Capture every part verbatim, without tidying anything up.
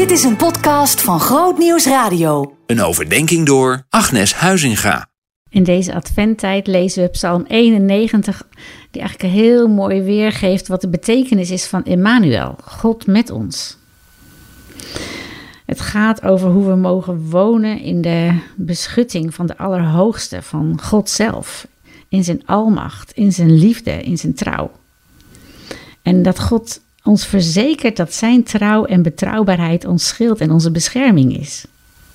Dit is een podcast van Groot Nieuws Radio. Een overdenking door Agnes Huizinga. In deze adventtijd lezen we Psalm eenennegentig, die eigenlijk heel mooi weergeeft wat de betekenis is van Emmanuel, God met ons. Het gaat over hoe we mogen wonen in de beschutting van de Allerhoogste, van God zelf, in zijn almacht, in zijn liefde, in zijn trouw. En dat God ons verzekert dat zijn trouw en betrouwbaarheid ons schild en onze bescherming is.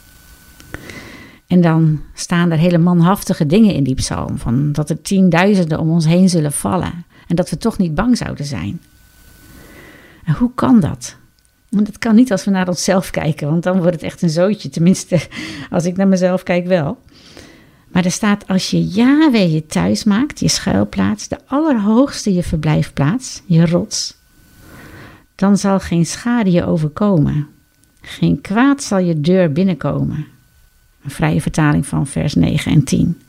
En dan staan er hele manhaftige dingen in die psalm, van dat er tienduizenden om ons heen zullen vallen en dat we toch niet bang zouden zijn. En hoe kan dat? Want dat kan niet als we naar onszelf kijken, want dan wordt het echt een zootje, tenminste als ik naar mezelf kijk wel. Maar er staat, als je Yahweh je thuis maakt, je schuilplaats, de Allerhoogste je verblijfplaats, je rots, dan zal geen schade je overkomen. Geen kwaad zal je deur binnenkomen. Een vrije vertaling van vers negen en tien.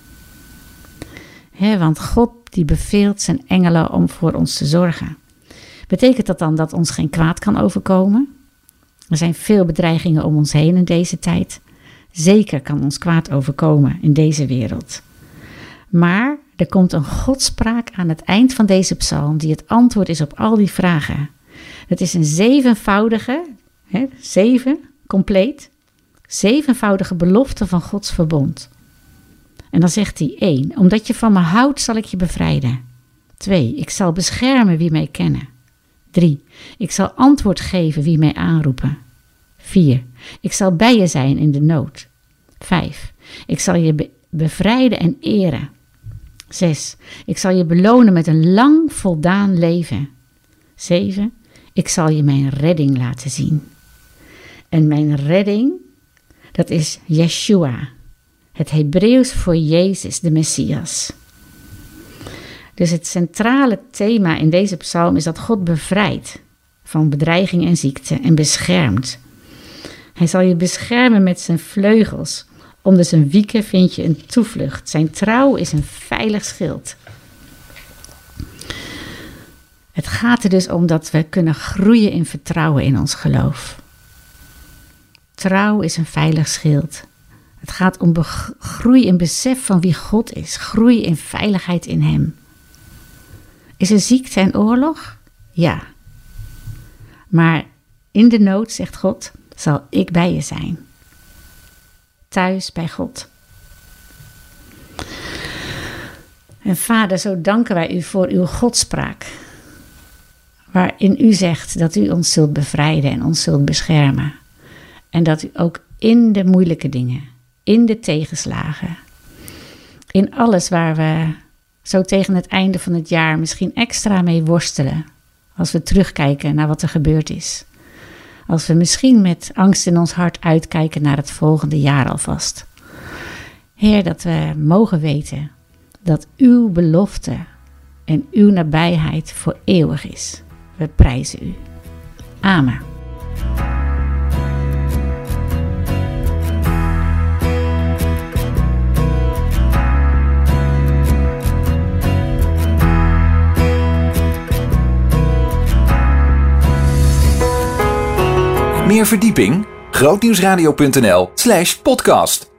He, want God die beveelt zijn engelen om voor ons te zorgen. Betekent dat dan dat ons geen kwaad kan overkomen? Er zijn veel bedreigingen om ons heen in deze tijd. Zeker kan ons kwaad overkomen in deze wereld. Maar er komt een godspraak aan het eind van deze psalm die het antwoord is op al die vragen. Het is een zevenvoudige, hè, zeven, compleet, zevenvoudige belofte van Gods verbond. En dan zegt hij één, omdat je van me houdt zal ik je bevrijden. Twee, ik zal beschermen wie mij kennen. Drie, ik zal antwoord geven wie mij aanroepen. Vier, ik zal bij je zijn in de nood. Vijf, ik zal je be- bevrijden en eren. Zes, ik zal je belonen met een lang voldaan leven. Zeven, ik zal je mijn redding laten zien. En mijn redding, dat is Yeshua, het Hebreeuws voor Jezus, de Messias. Dus het centrale thema in deze psalm is dat God bevrijdt van bedreiging en ziekte en beschermt. Hij zal je beschermen met zijn vleugels. Onder zijn wieken vind je een toevlucht. Zijn trouw is een veilig schild. Het gaat er dus om dat we kunnen groeien in vertrouwen in ons geloof. Trouw is een veilig schild. Het gaat om be- groei in besef van wie God is. Groei in veiligheid in hem. Is er ziekte en oorlog? Ja. Maar in de nood, zegt God, zal ik bij je zijn. Thuis bij God. En Vader, zo danken wij u voor uw godspraak. Waarin u zegt dat u ons zult bevrijden en ons zult beschermen. En dat u ook in de moeilijke dingen, in de tegenslagen, in alles waar we zo tegen het einde van het jaar misschien extra mee worstelen, als we terugkijken naar wat er gebeurd is. Als we misschien met angst in ons hart uitkijken naar het volgende jaar alvast. Heer, dat we mogen weten dat uw belofte en uw nabijheid voor eeuwig is. We prijzen u. Amen. Meer verdieping? grootnieuwsradio punt n l slash podcast